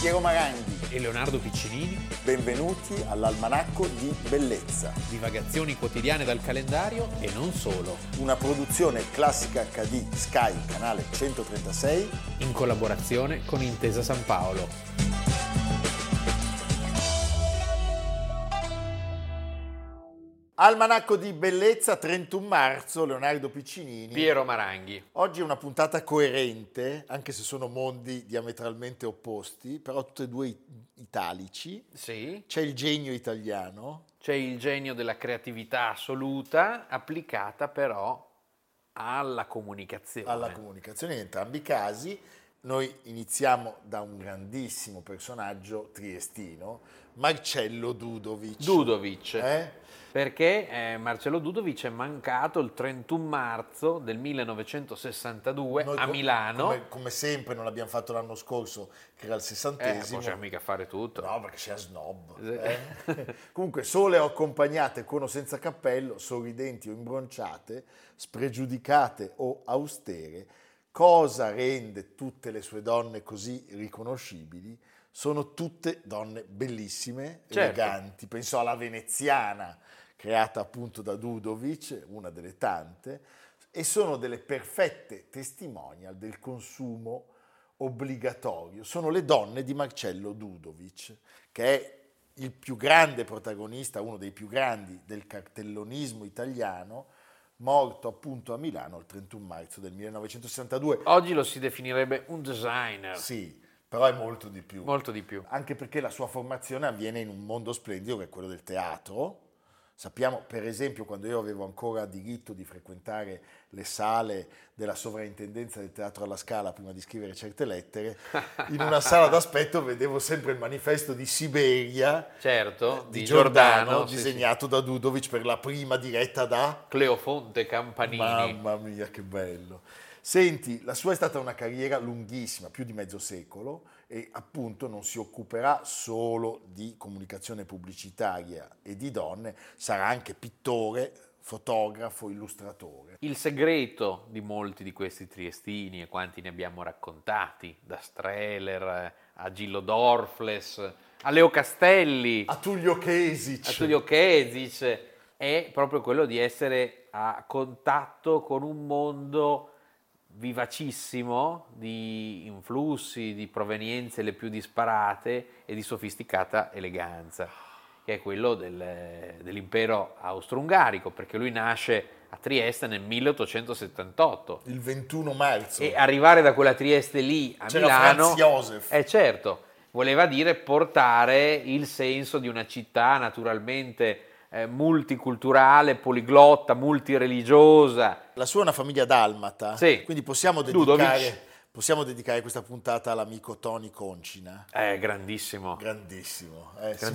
Piero Maranghi e Leonardo Piccinini. Benvenuti all'Almanacco di Bellezza. Divagazioni quotidiane dal calendario e non solo. Una produzione Classica HD Sky, canale 136. In collaborazione con Intesa San Paolo. Almanacco di Bellezza, 31 marzo, Leonardo Piccinini. Piero Maranghi. Oggi è una puntata coerente, anche se sono mondi diametralmente opposti, però tutti e due italici. Sì. C'è il genio italiano. C'è il genio della creatività assoluta, applicata però alla comunicazione. Alla comunicazione in entrambi i casi. Noi iniziamo da un grandissimo personaggio triestino, Marcello Dudovic. Perché Marcello Dudovic è mancato il 31 marzo del 1962 Noi a Milano. Come sempre non l'abbiamo fatto l'anno scorso, che era il 60esimo. Non possiamo mica fare tutto. No, perché sei a snob. Comunque, sole o accompagnate con o senza cappello, sorridenti o imbronciate, spregiudicate o austere, cosa rende tutte le sue donne così riconoscibili? Sono tutte donne bellissime, eleganti. Penso alla veneziana, creata appunto da Dudovic, una delle tante, e sono delle perfette testimonial del consumo obbligatorio. Sono le donne di Marcello Dudovic, che è il più grande protagonista, uno dei più grandi del cartellonismo italiano, morto appunto a Milano il 31 marzo del 1962. Oggi lo si definirebbe un designer. Sì, però è molto di più. Molto di più. Anche perché la sua formazione avviene in un mondo splendido che è quello del teatro. Sappiamo, per esempio, quando io avevo ancora diritto di frequentare le sale della sovrintendenza del Teatro alla Scala prima di scrivere certe lettere, in una sala d'aspetto vedevo sempre il manifesto di Siberia, di Giordano, disegnato da Dudovic per la prima diretta da Cleofonte Campanini. Mamma mia, che bello! Senti, la sua è stata una carriera lunghissima, più di mezzo secolo, e appunto non si occuperà solo di comunicazione pubblicitaria e di donne, sarà anche pittore, fotografo, illustratore. Il segreto di molti di questi triestini, e quanti ne abbiamo raccontati, da Strehler a Gillo Dorfles, a Leo Castelli, a Tullio Kesic, è proprio quello di essere a contatto con un mondo vivacissimo di influssi, di provenienze le più disparate e di sofisticata eleganza, che è quello dell'impero austro-ungarico, perché lui nasce a Trieste nel 1878. Il 21 marzo. E arrivare da quella Trieste lì a Milano, Franz Josef. Certo, voleva dire portare il senso di una città naturalmente multiculturale, poliglotta, multireligiosa. La sua è una famiglia dalmata, sì. Quindi possiamo dedicare questa puntata all'amico Tony Concina. Grandissimo. Grandissimo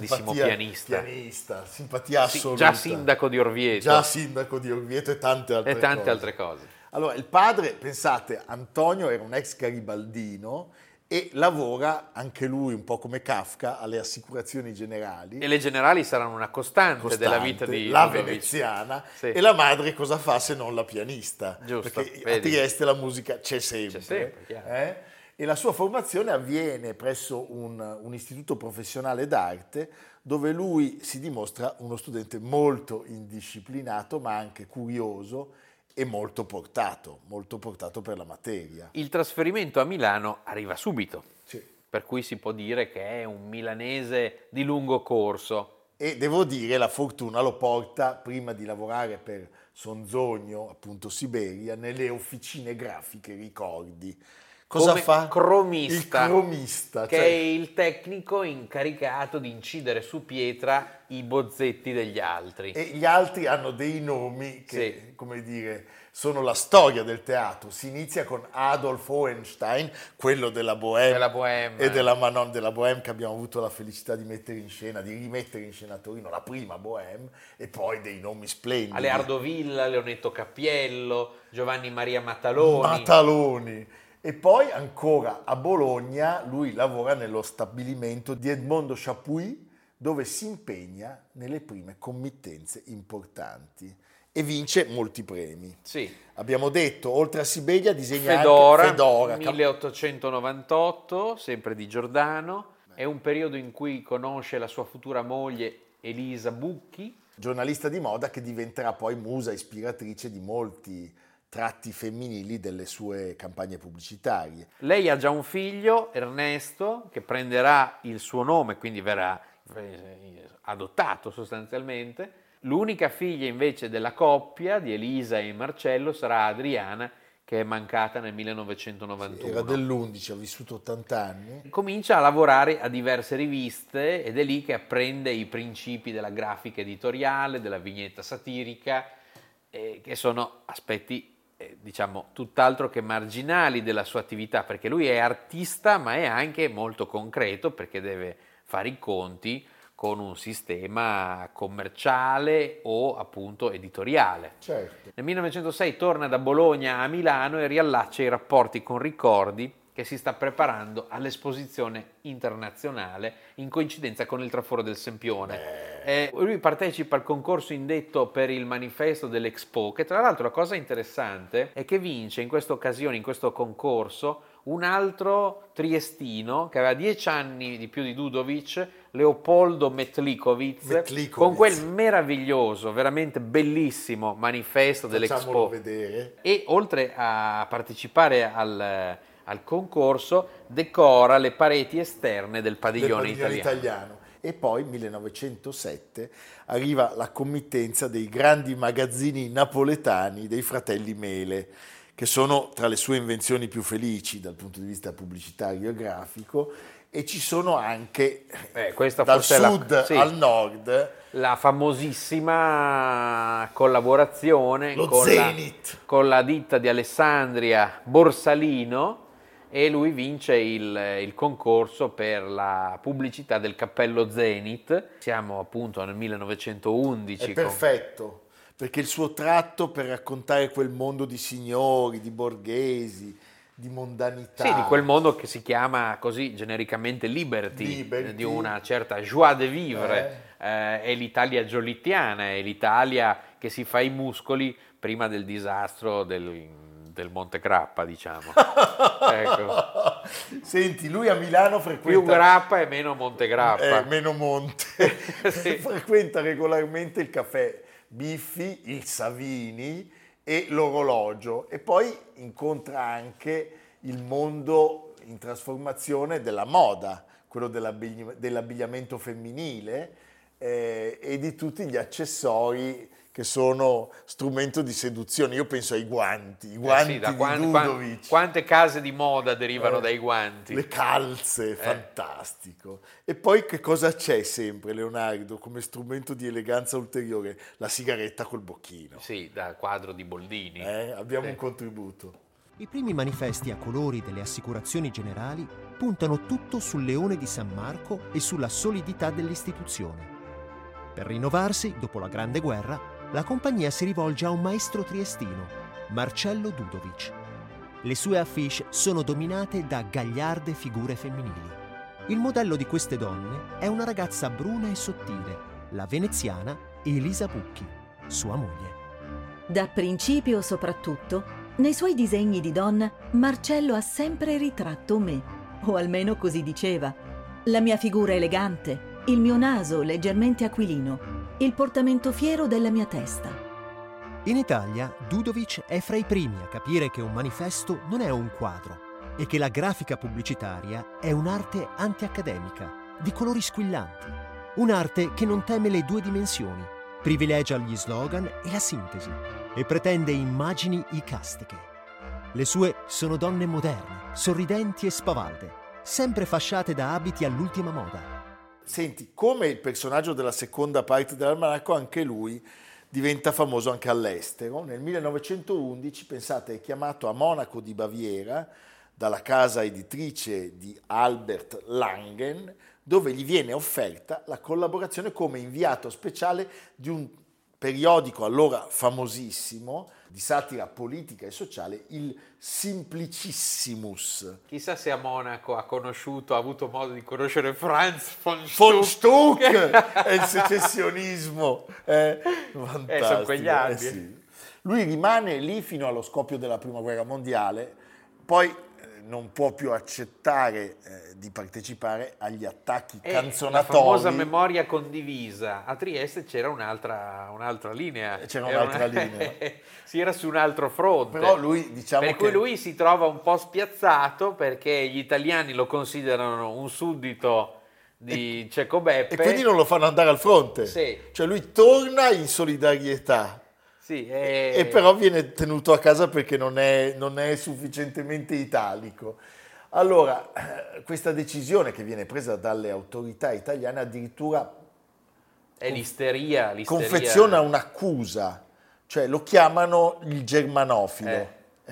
pianista, simpatia assoluta. Già sindaco di Orvieto. E tante altre cose. Allora, il padre, pensate, Antonio era un ex garibaldino e lavora anche lui, un po' come Kafka, alle assicurazioni generali. E le generali saranno una costante della vita di la Dudovic. Veneziana. Sì. E la madre cosa fa se non la pianista? Giusto, perché vedi. A Trieste la musica c'è sempre. E la sua formazione avviene presso un istituto professionale d'arte, dove lui si dimostra uno studente molto indisciplinato, ma anche curioso e molto portato per la materia. Il trasferimento a Milano arriva subito, sì. Per cui si può dire che è un milanese di lungo corso. E devo dire, la fortuna lo porta, prima di lavorare per Sonzogno, appunto Siberia, nelle officine grafiche Ricordi. Cosa fa? Cromista. Il cromista. Che è il tecnico incaricato di incidere su pietra i bozzetti degli altri. E gli altri hanno dei nomi che, come dire, sono la storia del teatro. Si inizia con Adolf Hohenstein, quello della Bohème. E della Manon della Bohème, che abbiamo avuto la felicità di rimettere in scena a Torino, la prima Bohème, e poi dei nomi splendidi. Aleardo Villa, Leonetto Cappiello, Giovanni Maria Mataloni. E poi ancora a Bologna lui lavora nello stabilimento di Edmondo Chapuis, dove si impegna nelle prime committenze importanti e vince molti premi. Sì. Abbiamo detto, oltre a Siberia disegna Fedora, anche Fedora. 1898, sempre di Giordano. è un periodo in cui conosce la sua futura moglie Elisa Bucchi, giornalista di moda che diventerà poi musa ispiratrice di molti tratti femminili delle sue campagne pubblicitarie. Lei ha già un figlio, Ernesto, che prenderà il suo nome, quindi verrà adottato sostanzialmente. L'unica figlia invece della coppia di Elisa e Marcello sarà Adriana, che è mancata nel 1991. Era dell'11, ha vissuto 80 anni. Comincia a lavorare a diverse riviste ed è lì che apprende i principi della grafica editoriale, della vignetta satirica, che sono aspetti diciamo tutt'altro che marginali della sua attività, perché lui è artista ma è anche molto concreto, perché deve fare i conti con un sistema commerciale o appunto editoriale. Certo. Nel 1906 torna da Bologna a Milano e riallaccia i rapporti con Ricordi, che si sta preparando all'esposizione internazionale in coincidenza con il traforo del Sempione. Lui partecipa al concorso indetto per il manifesto dell'Expo, che tra l'altro la cosa interessante è che vince in questa occasione, in questo concorso, un altro triestino che aveva 10 anni di più di Dudovic, Leopoldo Metlikovic, con quel meraviglioso, veramente bellissimo manifesto dell'Expo. Vedere. E oltre a partecipare al concorso, decora le pareti esterne del padiglione italiano. E poi, 1907, arriva la committenza dei grandi magazzini napoletani dei fratelli Mele, che sono tra le sue invenzioni più felici dal punto di vista pubblicitario e grafico, e ci sono anche dal sud al nord la famosissima collaborazione con la ditta di Alessandria Borsalino, e lui vince il concorso per la pubblicità del cappello Zenith. Siamo appunto nel 1911. È perfetto, perché il suo tratto per raccontare quel mondo di signori, di borghesi, di mondanità. Sì, di quel mondo che si chiama così genericamente Liberty. Di una certa joie de vivre. È l'Italia giolittiana, è l'Italia che si fa i muscoli prima del disastro del Monte Grappa, diciamo. Ecco. Senti, lui a Milano frequenta... Più grappa e meno Monte Grappa. Meno monte. Sì. Frequenta regolarmente il caffè Biffi, il Savini e l'Orologio, e poi incontra anche il mondo in trasformazione della moda, quello dell'abbigliamento femminile e di tutti gli accessori che sono strumento di seduzione. Io penso ai guanti, di Dudovic. Quante case di moda derivano dai guanti. Le calze, fantastico. E poi che cosa c'è sempre, Leonardo, come strumento di eleganza ulteriore? La sigaretta col bocchino. Sì, da quadro di Boldini. Abbiamo un contributo. I primi manifesti a colori delle assicurazioni generali puntano tutto sul leone di San Marco e sulla solidità dell'istituzione. Per rinnovarsi, dopo la Grande Guerra, la compagnia si rivolge a un maestro triestino, Marcello Dudovic. Le sue affiche sono dominate da gagliarde figure femminili. Il modello di queste donne è una ragazza bruna e sottile, la veneziana Elisa Bucchi, sua moglie. Da principio soprattutto, nei suoi disegni di donna, Marcello ha sempre ritratto me, o almeno così diceva. La mia figura elegante, il mio naso leggermente aquilino, il portamento fiero della mia testa. In Italia, Dudovic è fra i primi a capire che un manifesto non è un quadro e che la grafica pubblicitaria è un'arte antiaccademica, di colori squillanti. Un'arte che non teme le due dimensioni, privilegia gli slogan e la sintesi e pretende immagini icastiche. Le sue sono donne moderne, sorridenti e spavalde, sempre fasciate da abiti all'ultima moda. Senti, come il personaggio della seconda parte dell'almanacco, anche lui diventa famoso anche all'estero. Nel 1911, pensate, è chiamato a Monaco di Baviera dalla casa editrice di Albert Langen, dove gli viene offerta la collaborazione come inviato speciale di un periodico allora famosissimo di satira politica e sociale, il Simplicissimus. Chissà se a Monaco ha avuto modo di conoscere Franz von Stuck e il secessionismo. Fantastico. Sono quegli anni. Sì. Lui rimane lì fino allo scoppio della Prima Guerra Mondiale, poi non può più accettare di partecipare agli attacchi La canzonatori. famosa memoria condivisa. A Trieste c'era un'altra linea. C'era un'altra linea. Si era su un altro fronte. Però lui, diciamo per cui lui si trova un po' spiazzato perché gli italiani lo considerano un suddito di Cecco Beppe. E quindi non lo fanno andare al fronte. Sì. Cioè lui torna in solidarietà. Sì, E però viene tenuto a casa perché non è sufficientemente italico. Allora, questa decisione che viene presa dalle autorità italiane addirittura è l'isteria. confeziona un'accusa, cioè lo chiamano il germanofilo.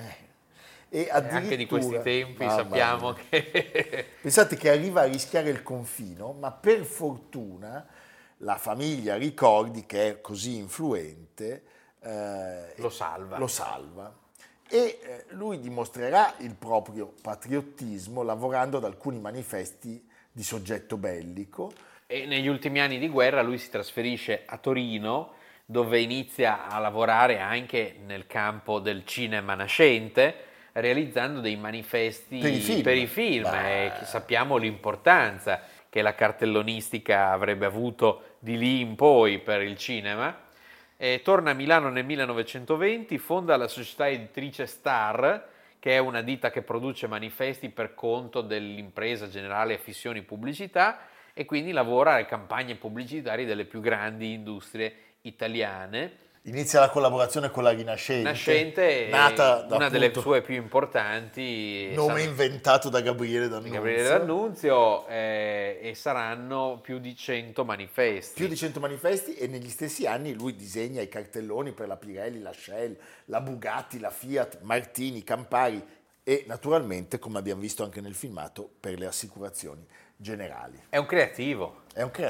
E anche di questi tempi sappiamo che... Pensate che arriva a rischiare il confino, ma per fortuna la famiglia Ricordi, che è così influente, lo salva. E lui dimostrerà il proprio patriottismo lavorando ad alcuni manifesti di soggetto bellico. E negli ultimi anni di guerra lui si trasferisce a Torino, dove inizia a lavorare anche nel campo del cinema nascente, realizzando dei manifesti per i film. E sappiamo l'importanza che la cartellonistica avrebbe avuto di lì in poi per il cinema. Torna a Milano nel 1920, fonda la società editrice Star, che è una ditta che produce manifesti per conto dell'impresa Generale Affissioni Pubblicità, e quindi lavora alle campagne pubblicitarie delle più grandi industrie italiane. Inizia la collaborazione con la Rinascente, nata da una delle sue più importanti. Nome inventato da Gabriele D'Annunzio. E saranno più di 100 manifesti. Più di 100 manifesti, e negli stessi anni lui disegna i cartelloni per la Pirelli, la Shell, la Bugatti, la Fiat, Martini, Campari e naturalmente, come abbiamo visto anche nel filmato, per le assicurazioni generali. È un creativo.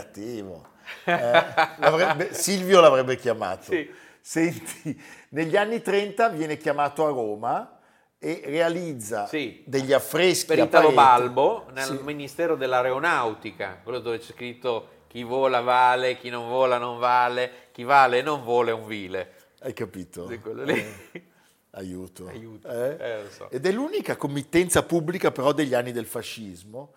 Silvio l'avrebbe chiamato. Sì. Senti, negli anni 30 viene chiamato a Roma e realizza degli affreschi per Italo Balbo nel Ministero dell'Aeronautica, quello dove c'è scritto chi vola vale, chi non vola non vale, chi vale e non vuole è un vile. Hai capito? Di quello lì. Aiuto. Lo so. Ed è l'unica committenza pubblica però degli anni del fascismo,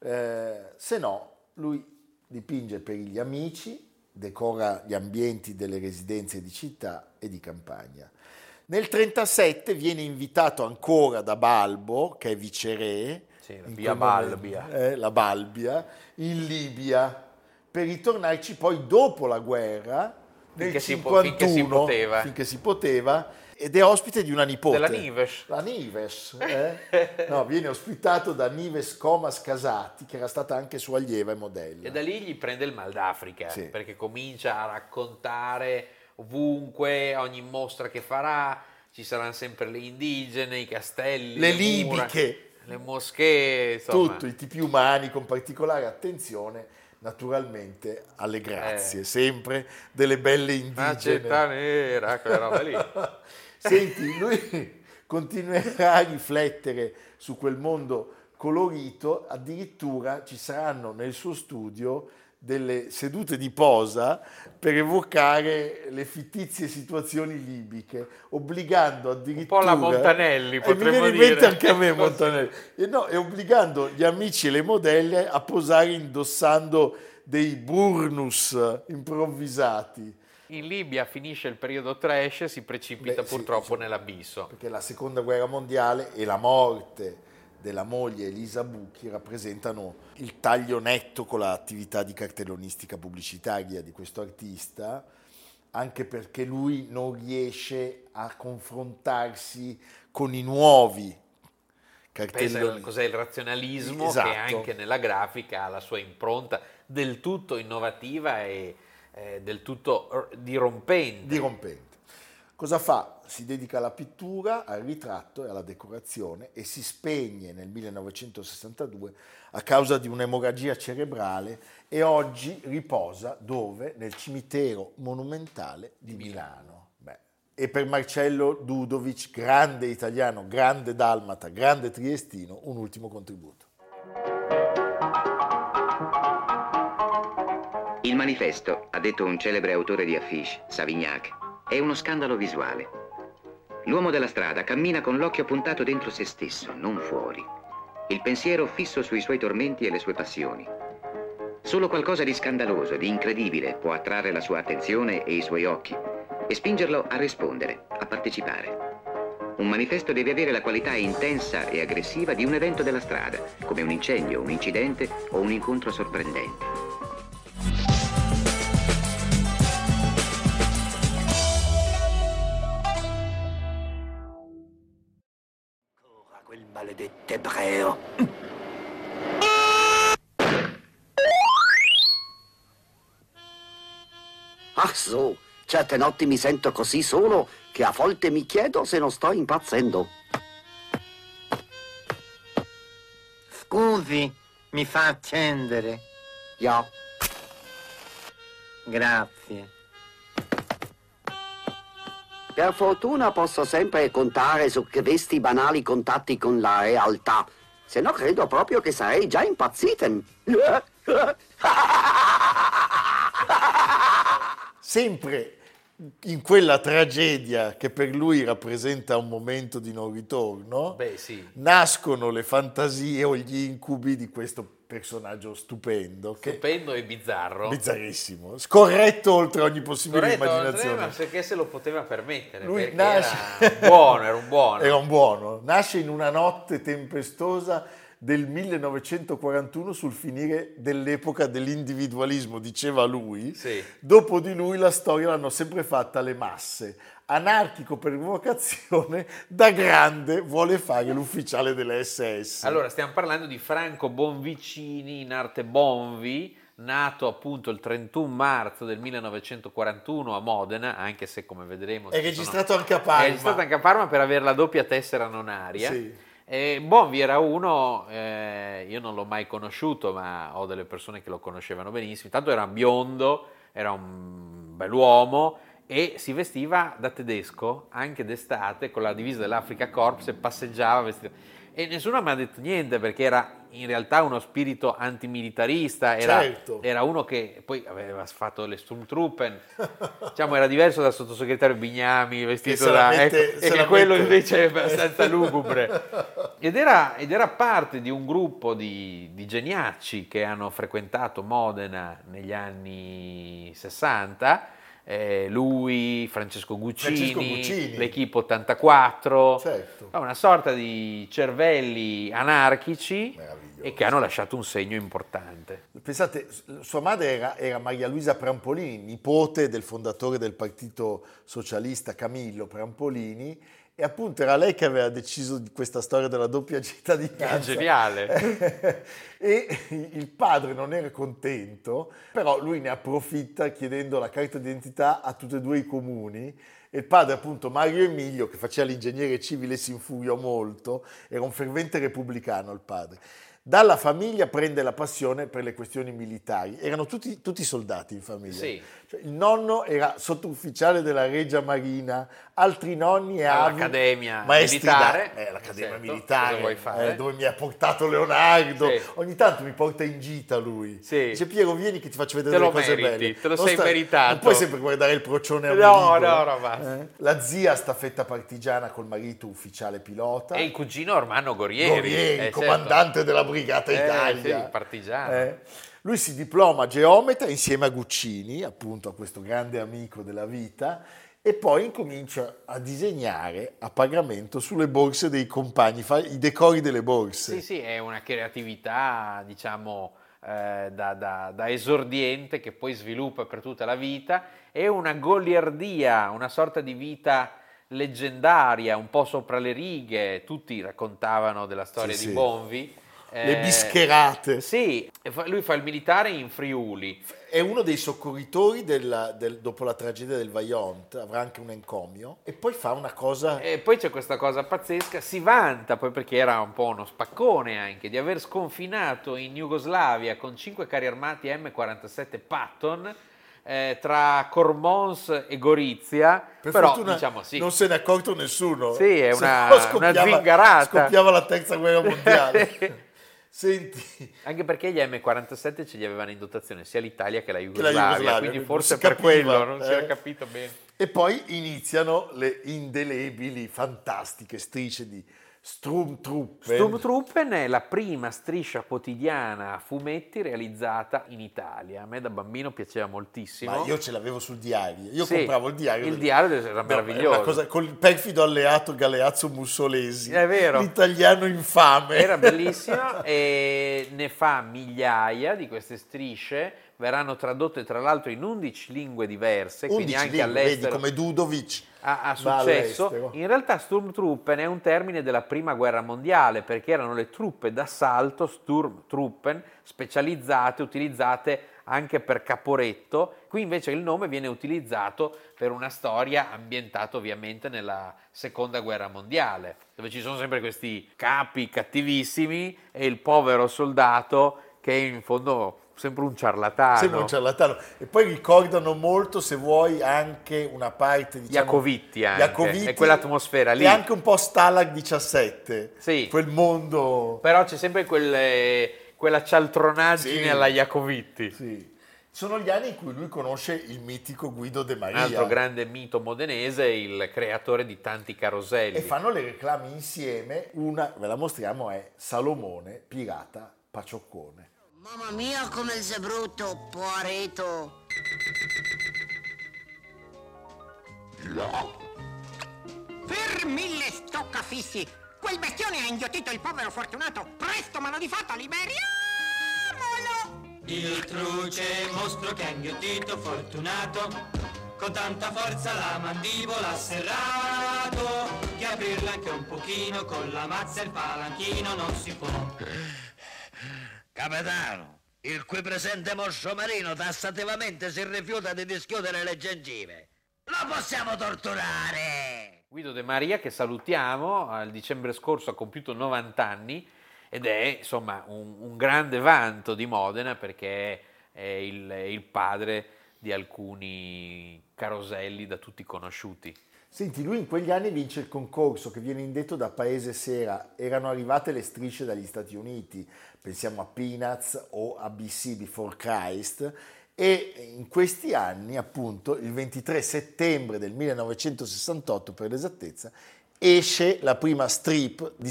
se no lui dipinge per gli amici, decora gli ambienti delle residenze di città e di campagna. Nel 1937 viene invitato ancora da Balbo, che è viceré, via Balbia. La Balbia, in Libia, per ritornarci poi dopo la guerra, nel 1951, finché si poteva, ed è ospite di una nipote. Della Nives. La Nives. No, viene ospitato da Nives Comas Casati, che era stata anche sua allieva e modella. E da lì gli prende il mal d'Africa, perché comincia a raccontare ovunque, ogni mostra che farà, ci saranno sempre le indigene, i castelli, le libiche, le moschee, insomma. Tutto, i tipi umani, con particolare attenzione naturalmente alle grazie, sempre delle belle indigene. La città nera, quella roba lì. Senti, lui continuerà a riflettere su quel mondo colorito, addirittura ci saranno nel suo studio delle sedute di posa per evocare le fittizie situazioni libiche, obbligando addirittura... Un po' la Montanelli, potremmo dire. Mi viene in mente anche a me Montanelli. E obbligando gli amici e le modelle a posare indossando dei burnus improvvisati. In Libia finisce il periodo trash, si precipita purtroppo nell'abisso. Perché la seconda guerra mondiale e la morte della moglie Elisa Bucchi rappresentano il taglio netto con l'attività di cartellonistica pubblicitaria di questo artista, anche perché lui non riesce a confrontarsi con i nuovi cartelloni. Pensa cos'è il razionalismo, che anche nella grafica ha la sua impronta del tutto innovativa e del tutto dirompente. Cosa fa? Si dedica alla pittura, al ritratto e alla decorazione e si spegne nel 1962 a causa di un'emorragia cerebrale e oggi riposa dove? Nel cimitero monumentale di Milano. E per Marcello Dudovic, grande italiano, grande dalmata, grande triestino, un ultimo contributo. Il manifesto, ha detto un celebre autore di affiche, Savignac, è uno scandalo visuale. L'uomo della strada cammina con l'occhio puntato dentro se stesso, non fuori. il pensiero fisso sui suoi tormenti e le sue passioni. Solo qualcosa di scandaloso, di incredibile può attrarre la sua attenzione e i suoi occhi e spingerlo a rispondere, a partecipare. Un manifesto deve avere la qualità intensa e aggressiva di un evento della strada, come un incendio, un incidente o un incontro sorprendente. Ancora quel maledetto ebreo. Ach so, certe notti mi sento così solo che a volte mi chiedo se non sto impazzendo. Scusi, mi fa accendere. Ja, Grazie. per fortuna posso sempre contare su questi banali contatti con la realtà. Se no credo proprio che sarei già impazzito. Sempre in quella tragedia che per lui rappresenta un momento di non ritorno, Beh, sì. nascono le fantasie o gli incubi di questo personaggio stupendo, che Stupendo e bizzarro. è bizzarrissimo, scorretto oltre ogni possibile Corretto, immaginazione. ma perché se lo poteva permettere? Lui Perché nasce- era un buono. Era un buono. Nasce in una notte tempestosa del 1941 sul finire dell'epoca dell'individualismo, diceva lui. Sì. Dopo di lui la storia l'hanno sempre fatta le masse. Anarchico per vocazione, da grande vuole fare l'ufficiale delle SS. Allora, stiamo parlando di Franco Bonvicini, in arte Bonvi, nato appunto il 31 marzo del 1941 a Modena, anche se come vedremo È registrato anche a Parma. È registrato anche a Parma per avere la doppia tessera nonaria. Sì. Bonvi era uno, io non l'ho mai conosciuto, ma ho delle persone che lo conoscevano benissimo. Intanto era biondo, era un bell'uomo e si vestiva da tedesco anche d'estate con la divisa dell'Africa Corps e passeggiava vestito. E nessuno mi ha detto niente perché era in realtà uno spirito antimilitarista, Certo. era uno che poi aveva fatto le Sturmtruppen, diciamo era diverso dal sottosegretario Bignami vestito se la da... mette- ecco, se e che la quello mette- invece è abbastanza lugubre. Ed era parte di un gruppo di geniacci che hanno frequentato Modena negli anni 60, lui, Francesco Guccini, l'Equipe 84, Certo. una sorta di cervelli anarchici Meraviglioso. e che hanno lasciato un segno importante. Pensate, sua madre era Maria Luisa Prampolini, nipote del fondatore del Partito Socialista Camillo Prampolini, e appunto era lei che aveva deciso di questa storia della doppia cittadinanza. È geniale. E il padre non era contento, però lui ne approfitta chiedendo la carta d'identità a tutti e due i comuni. E il padre, appunto, Mario Emilio, che faceva l'ingegnere civile, si infuriò molto, era un fervente repubblicano il padre. Dalla famiglia prende la passione per le questioni militari. Erano tutti soldati in famiglia. Sì. Cioè, il nonno era sottufficiale della Regia Marina, altri nonni All'Accademia maestri Militare. l'Accademia Certo. Militare, Cosa vuoi fare? dove mi ha portato Leonardo. Sì. Ogni tanto mi porta in gita lui. Sì. Dice: Piero, vieni che ti faccio vedere Te lo delle cose meriti, belle. te lo Non sei meritato. Non puoi sempre guardare il procione a No, Merigo. no, basta. La zia staffetta partigiana col marito ufficiale pilota. E il cugino Ormano Gorieri. Certo. Comandante della Brigata Italia. Sì, partigiano. Lui si diploma geometra insieme a Guccini, appunto a questo grande amico della vita, e poi incomincia a disegnare a pagamento sulle borse dei compagni, fa i decori delle borse. Sì, è una creatività, diciamo, da esordiente che poi sviluppa per tutta la vita, e una goliardia, una sorta di vita leggendaria, un po' sopra le righe. Tutti raccontavano della storia Sì, di sì. Bonvi. Le bischerate. Sì, lui fa il militare in Friuli. È uno dei soccorritori dopo la tragedia del Vajont, avrà anche un encomio, e poi fa una cosa... E poi c'è questa cosa pazzesca, si vanta poi, perché era un po' uno spaccone anche, di aver sconfinato in Jugoslavia con 5 carri armati M47 Patton tra Cormons e Gorizia. Per però fortuna diciamo sì. non se ne è accorto nessuno. Sì, è Se una no una zingarata. Scoppiava la terza guerra mondiale. Senti, Anche perché gli M47 ce li avevano in dotazione sia l'Italia che la Jugoslavia, quindi non forse si per capiva, quello non si era capito bene. E poi iniziano le indelebili, fantastiche strisce di Sturmtruppen è la prima striscia quotidiana a fumetti realizzata in Italia. A me da bambino piaceva moltissimo. Ma io ce l'avevo sul diario. Io compravo il diario. Il diario era meraviglioso. Una cosa, con il perfido alleato Galeazzo Mussolesi. È vero. L'italiano infame. Era bellissimo e ne fa migliaia di queste strisce. Verranno tradotte tra l'altro in 11 lingue diverse, quindi anche all'estero. Vedi, come Dudovic. Ha successo. In realtà Sturmtruppen è un termine della prima guerra mondiale perché erano le truppe d'assalto Sturmtruppen specializzate, utilizzate anche per Caporetto. Qui invece il nome viene utilizzato per una storia ambientata ovviamente nella seconda guerra mondiale, dove ci sono sempre questi capi cattivissimi e il povero soldato che in fondo sembra un ciarlatano. Sembra un ciarlatano. E poi ricordano molto, se vuoi, anche una parte, diciamo, Jacovitti anche, è quell'atmosfera lì. E anche un po' Stalag 17, sì. Quel mondo... Però c'è sempre quella cialtronaggine, sì, alla Jacovitti. Sì. Sono gli anni in cui lui conosce il mitico Guido De Maria. Un altro grande mito modenese, il creatore di tanti caroselli. E fanno le reclame insieme, una, ve la mostriamo, è Salomone, pirata, pacioccone. Mamma mia, come sei brutto, poareto! No! Fermi le stoccafissi! Quel bestione ha inghiottito il povero fortunato! Presto, mano di fatta, liberiamolo! Il truce mostro che ha inghiottito fortunato, con tanta forza la mandibola ha serrato, che aprirla anche un pochino con la mazza e il palanchino non si può. Capitano, il qui presente moscio marino tassativamente si rifiuta di dischiudere le gengive. Lo possiamo torturare! Guido De Maria, che salutiamo, al dicembre scorso ha compiuto 90 anni ed è insomma un grande vanto di Modena perché è il padre di alcuni caroselli da tutti conosciuti. Senti, lui in quegli anni vince il concorso che viene indetto da Paese Sera. Erano arrivate le strisce dagli Stati Uniti, pensiamo a Peanuts o a BC Before Christ, e in questi anni, appunto, il 23 settembre del 1968 per l'esattezza, esce la prima strip di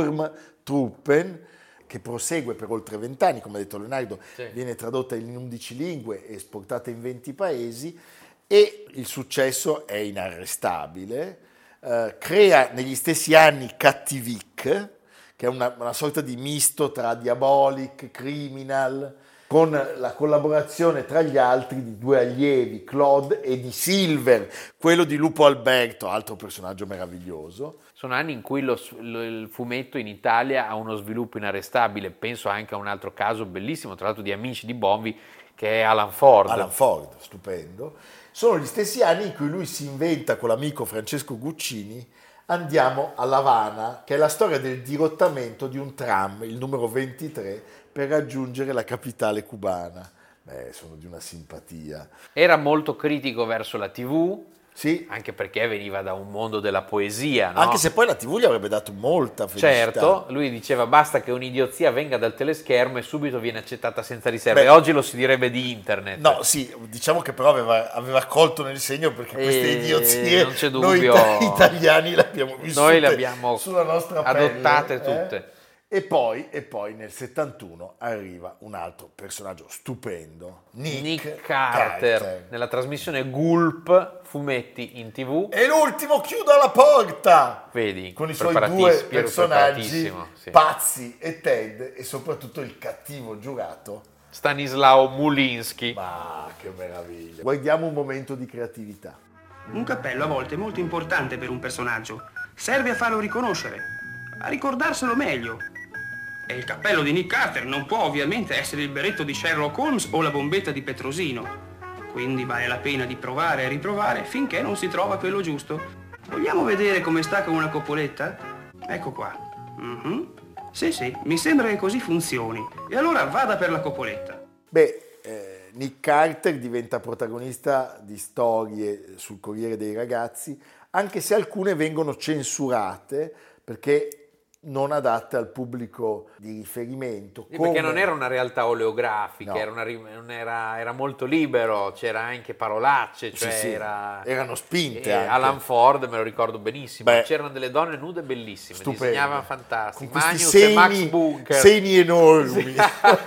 Sturmtruppen, che prosegue per oltre 20 anni, come ha detto Leonardo, sì. Viene tradotta in 11 lingue e esportata in 20 paesi, e il successo è inarrestabile. Crea negli stessi anni Cattivic, che è una sorta di misto tra Diabolic, Criminal, con la collaborazione tra gli altri di due allievi, Claude e di Silver, quello di Lupo Alberto, altro personaggio meraviglioso. Sono anni in cui il fumetto in Italia ha uno sviluppo inarrestabile. Penso anche a un altro caso bellissimo, tra l'altro di Amici di Bonvi, che è Alan Ford. Alan Ford, stupendo. Sono gli stessi anni in cui lui si inventa con l'amico Francesco Guccini Andiamo a La Habana, che è la storia del dirottamento di un tram, il numero 23, per raggiungere la capitale cubana. Sono di una simpatia. Era molto critico verso la TV, sì, anche perché veniva da un mondo della poesia, no? Anche se poi la TV gli avrebbe dato molta felicità. Certo, lui diceva basta che un'idiozia venga dal teleschermo e subito viene accettata senza riserve. Oggi lo si direbbe di internet. No, sì, diciamo che però aveva colto nel segno, perché queste idiozie non c'è dubbio, noi italiani le abbiamo vissute, noi le abbiamo sulla nostra adottate pelle, tutte. E poi nel 71 arriva un altro personaggio stupendo, Nick Carter, nella trasmissione Gulp, fumetti in TV. E l'ultimo chiuda la porta! Vedi, con i suoi due personaggi pazzi e Ted, e soprattutto il cattivo giurato Stanislao Mulinski. Ma che meraviglia! Guardiamo un momento di creatività. Un cappello a volte è molto importante per un personaggio. Serve a farlo riconoscere, a ricordarselo meglio. E il cappello di Nick Carter non può ovviamente essere il berretto di Sherlock Holmes o la bombetta di Petrosino. Quindi vale la pena di provare e riprovare finché non si trova quello giusto. Vogliamo vedere come sta con una coppoletta? Ecco qua. Sì, mi sembra che così funzioni. E allora vada per la coppoletta. Nick Carter diventa protagonista di storie sul Corriere dei Ragazzi, anche se alcune vengono censurate perché non adatte al pubblico di riferimento. Perché non era una realtà oleografica, No. era molto libero, c'era anche parolacce, cioè Sì. Erano spinte anche. Alan Ford, me lo ricordo benissimo, Beh, c'erano delle donne nude bellissime, stupende, disegnava fantastico, con questi Magnus e Max Bunker. seni enormi. Sì.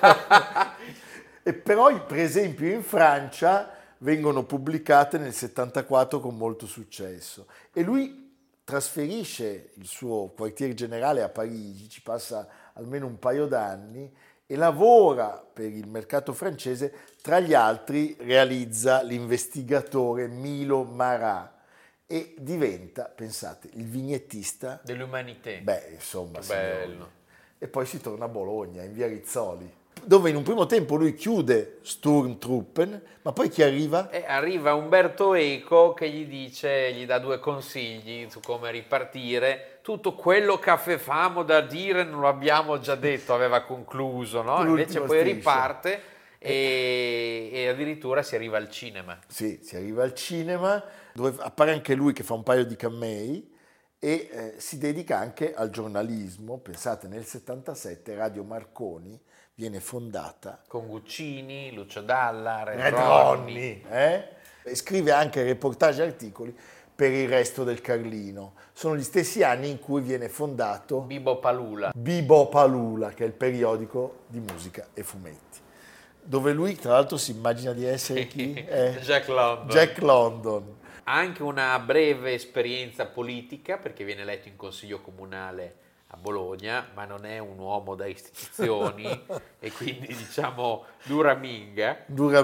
E però, per esempio, in Francia vengono pubblicate nel 74 con molto successo e lui trasferisce il suo quartier generale a Parigi, ci passa almeno un paio d'anni e lavora per il mercato francese, tra gli altri realizza l'investigatore Milo Marat e diventa, pensate, il vignettista dell'Humanité. Beh, insomma, che bello. E poi si torna a Bologna, in via Rizzoli, dove in un primo tempo lui chiude Sturmtruppen, ma poi chi arriva? Arriva Umberto Eco che gli dà 2 consigli su come ripartire. Tutto quello che avevamo da dire non lo abbiamo già detto, aveva concluso, no? Invece poi riparte e addirittura si arriva al cinema. Sì, si arriva al cinema, dove appare anche lui che fa un paio di camei e si dedica anche al giornalismo. Pensate, nel 77 Radio Marconi viene fondata con Guccini, Lucio Dalla, Redronni. E scrive anche reportage e articoli per il Resto del Carlino. Sono gli stessi anni in cui viene fondato Bibo Palula, che è il periodico di musica e fumetti, dove lui tra l'altro si immagina di essere chi? Jack London. Ha anche una breve esperienza politica perché viene eletto in consiglio comunale a Bologna, ma non è un uomo da istituzioni e quindi diciamo duraminga.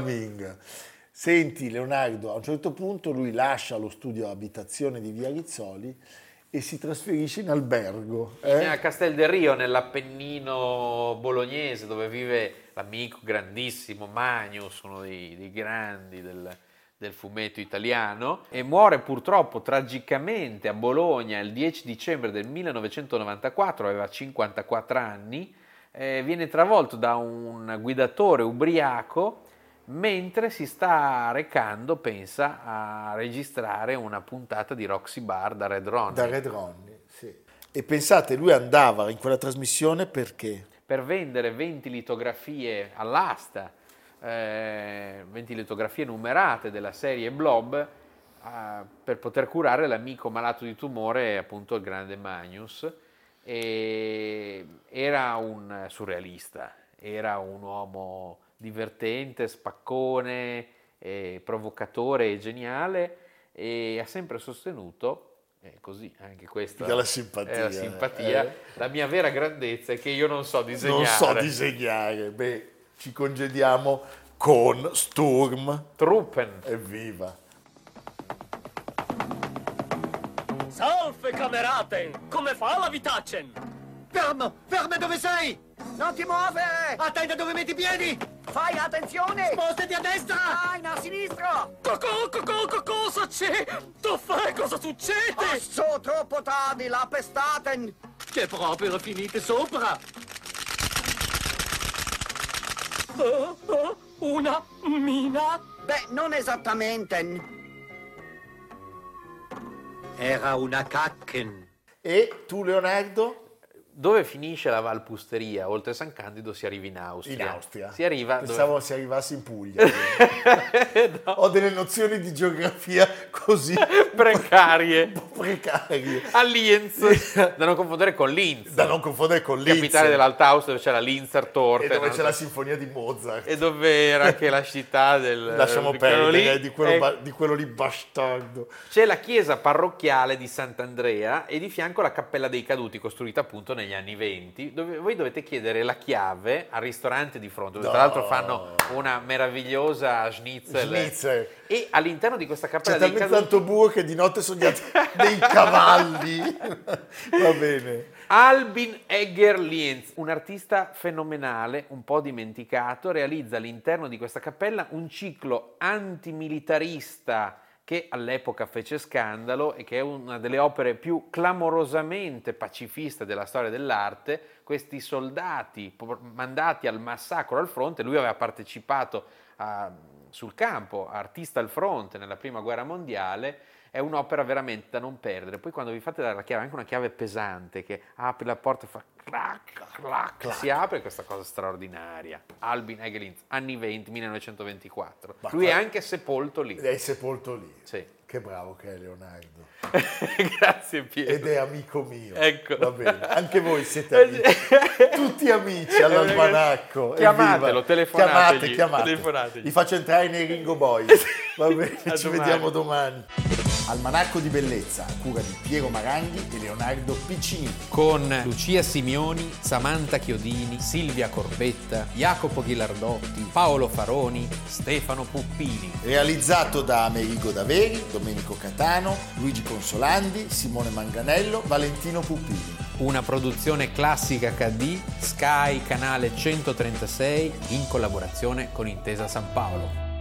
Senti Leonardo, a un certo punto lui lascia lo studio abitazione di via Rizzoli e si trasferisce in albergo. A Castel del Rio, nell'Appennino bolognese, dove vive l'amico grandissimo Magnus, uno dei grandi del fumetto italiano, e muore purtroppo tragicamente a Bologna il 10 dicembre del 1994, aveva 54 anni, viene travolto da un guidatore ubriaco mentre si sta recando, pensa, a registrare una puntata di Roxy Bar da Red Ronnie. Sì. E pensate, lui andava in quella trasmissione perché? Per vendere 20 litografie all'asta, 20 litografie numerate della serie Blob, per poter curare l'amico malato di tumore, appunto il grande Magnus. E era un surrealista, era un uomo divertente, spaccone, provocatore e geniale, e ha sempre sostenuto, così anche questa è la simpatia, la mia vera grandezza è che io non so disegnare. Beh, ci congediamo con Sturmtruppen. Evviva! Salve camerate, come fa la Vitaccen? Fermo, dove sei? Non ti muovere! Attenta dove metti i piedi! Fai attenzione! Spostati a destra! Nein, a sinistra! Cosa c'è? Tu fai cosa succede? Passo troppo tardi, la pestaten! Che proprio finite sopra! Una mina? Beh, non esattamente. Era una cacken. E tu, Leonardo? Dove finisce la Valpusteria? Oltre San Candido si arriva in Austria. Si arriva Pensavo si arrivasse in Puglia. No. Ho delle nozioni di geografia così precarie. Un po' precarie. A Linz, da non confondere con Linz. Capitale dell'Alta Austria, dove c'è la Linzer Torte. E dove c'è la sinfonia di Mozart. E dove era anche la città del... Lasciamo perdere, di quello lì bastardo. C'è la chiesa parrocchiale di Sant'Andrea e di fianco la Cappella dei Caduti, costruita appunto negli anni 20, dove voi dovete chiedere la chiave al ristorante di fronte, dove tra l'altro fanno una meravigliosa schnitzel. E all'interno di questa Cappella dei Caduti... C'è talmente tanto buio che di notte sognate dei cavalli. Va bene. Albin Egger Lienz, un artista fenomenale, un po' dimenticato, realizza all'interno di questa cappella un ciclo antimilitarista che all'epoca fece scandalo e che è una delle opere più clamorosamente pacifiste della storia dell'arte. Questi soldati mandati al massacro al fronte, lui aveva partecipato sul campo, artista al fronte nella prima guerra mondiale, è un'opera veramente da non perdere. Poi quando vi fate dare la chiave, anche una chiave pesante che apre la porta e fa clac, clac, clac, si apre, questa cosa straordinaria. Albin Egelin, anni 20, 1924. Ma lui è anche sepolto lì. È sepolto lì. Sì. Che bravo che è Leonardo. Grazie Pietro. Ed è amico mio. Ecco. Va bene, anche voi siete amici. Tutti amici all'Almanacco. Chiamatelo, telefonategli. Chiamate. Vi faccio entrare nei Ringo Boys. Va bene, ci vediamo domani. Almanacco di bellezza, a cura di Piero Maranghi e Leonardo Piccini. Con Lucia Simioni, Samantha Chiodini, Silvia Corbetta, Jacopo Ghilardotti, Paolo Faroni, Stefano Puppini. Realizzato da Amerigo Daveri, Domenico Catano, Luigi Consolandi, Simone Manganello, Valentino Puppini. Una produzione Classica HD, Sky, canale 136, in collaborazione con Intesa San Paolo.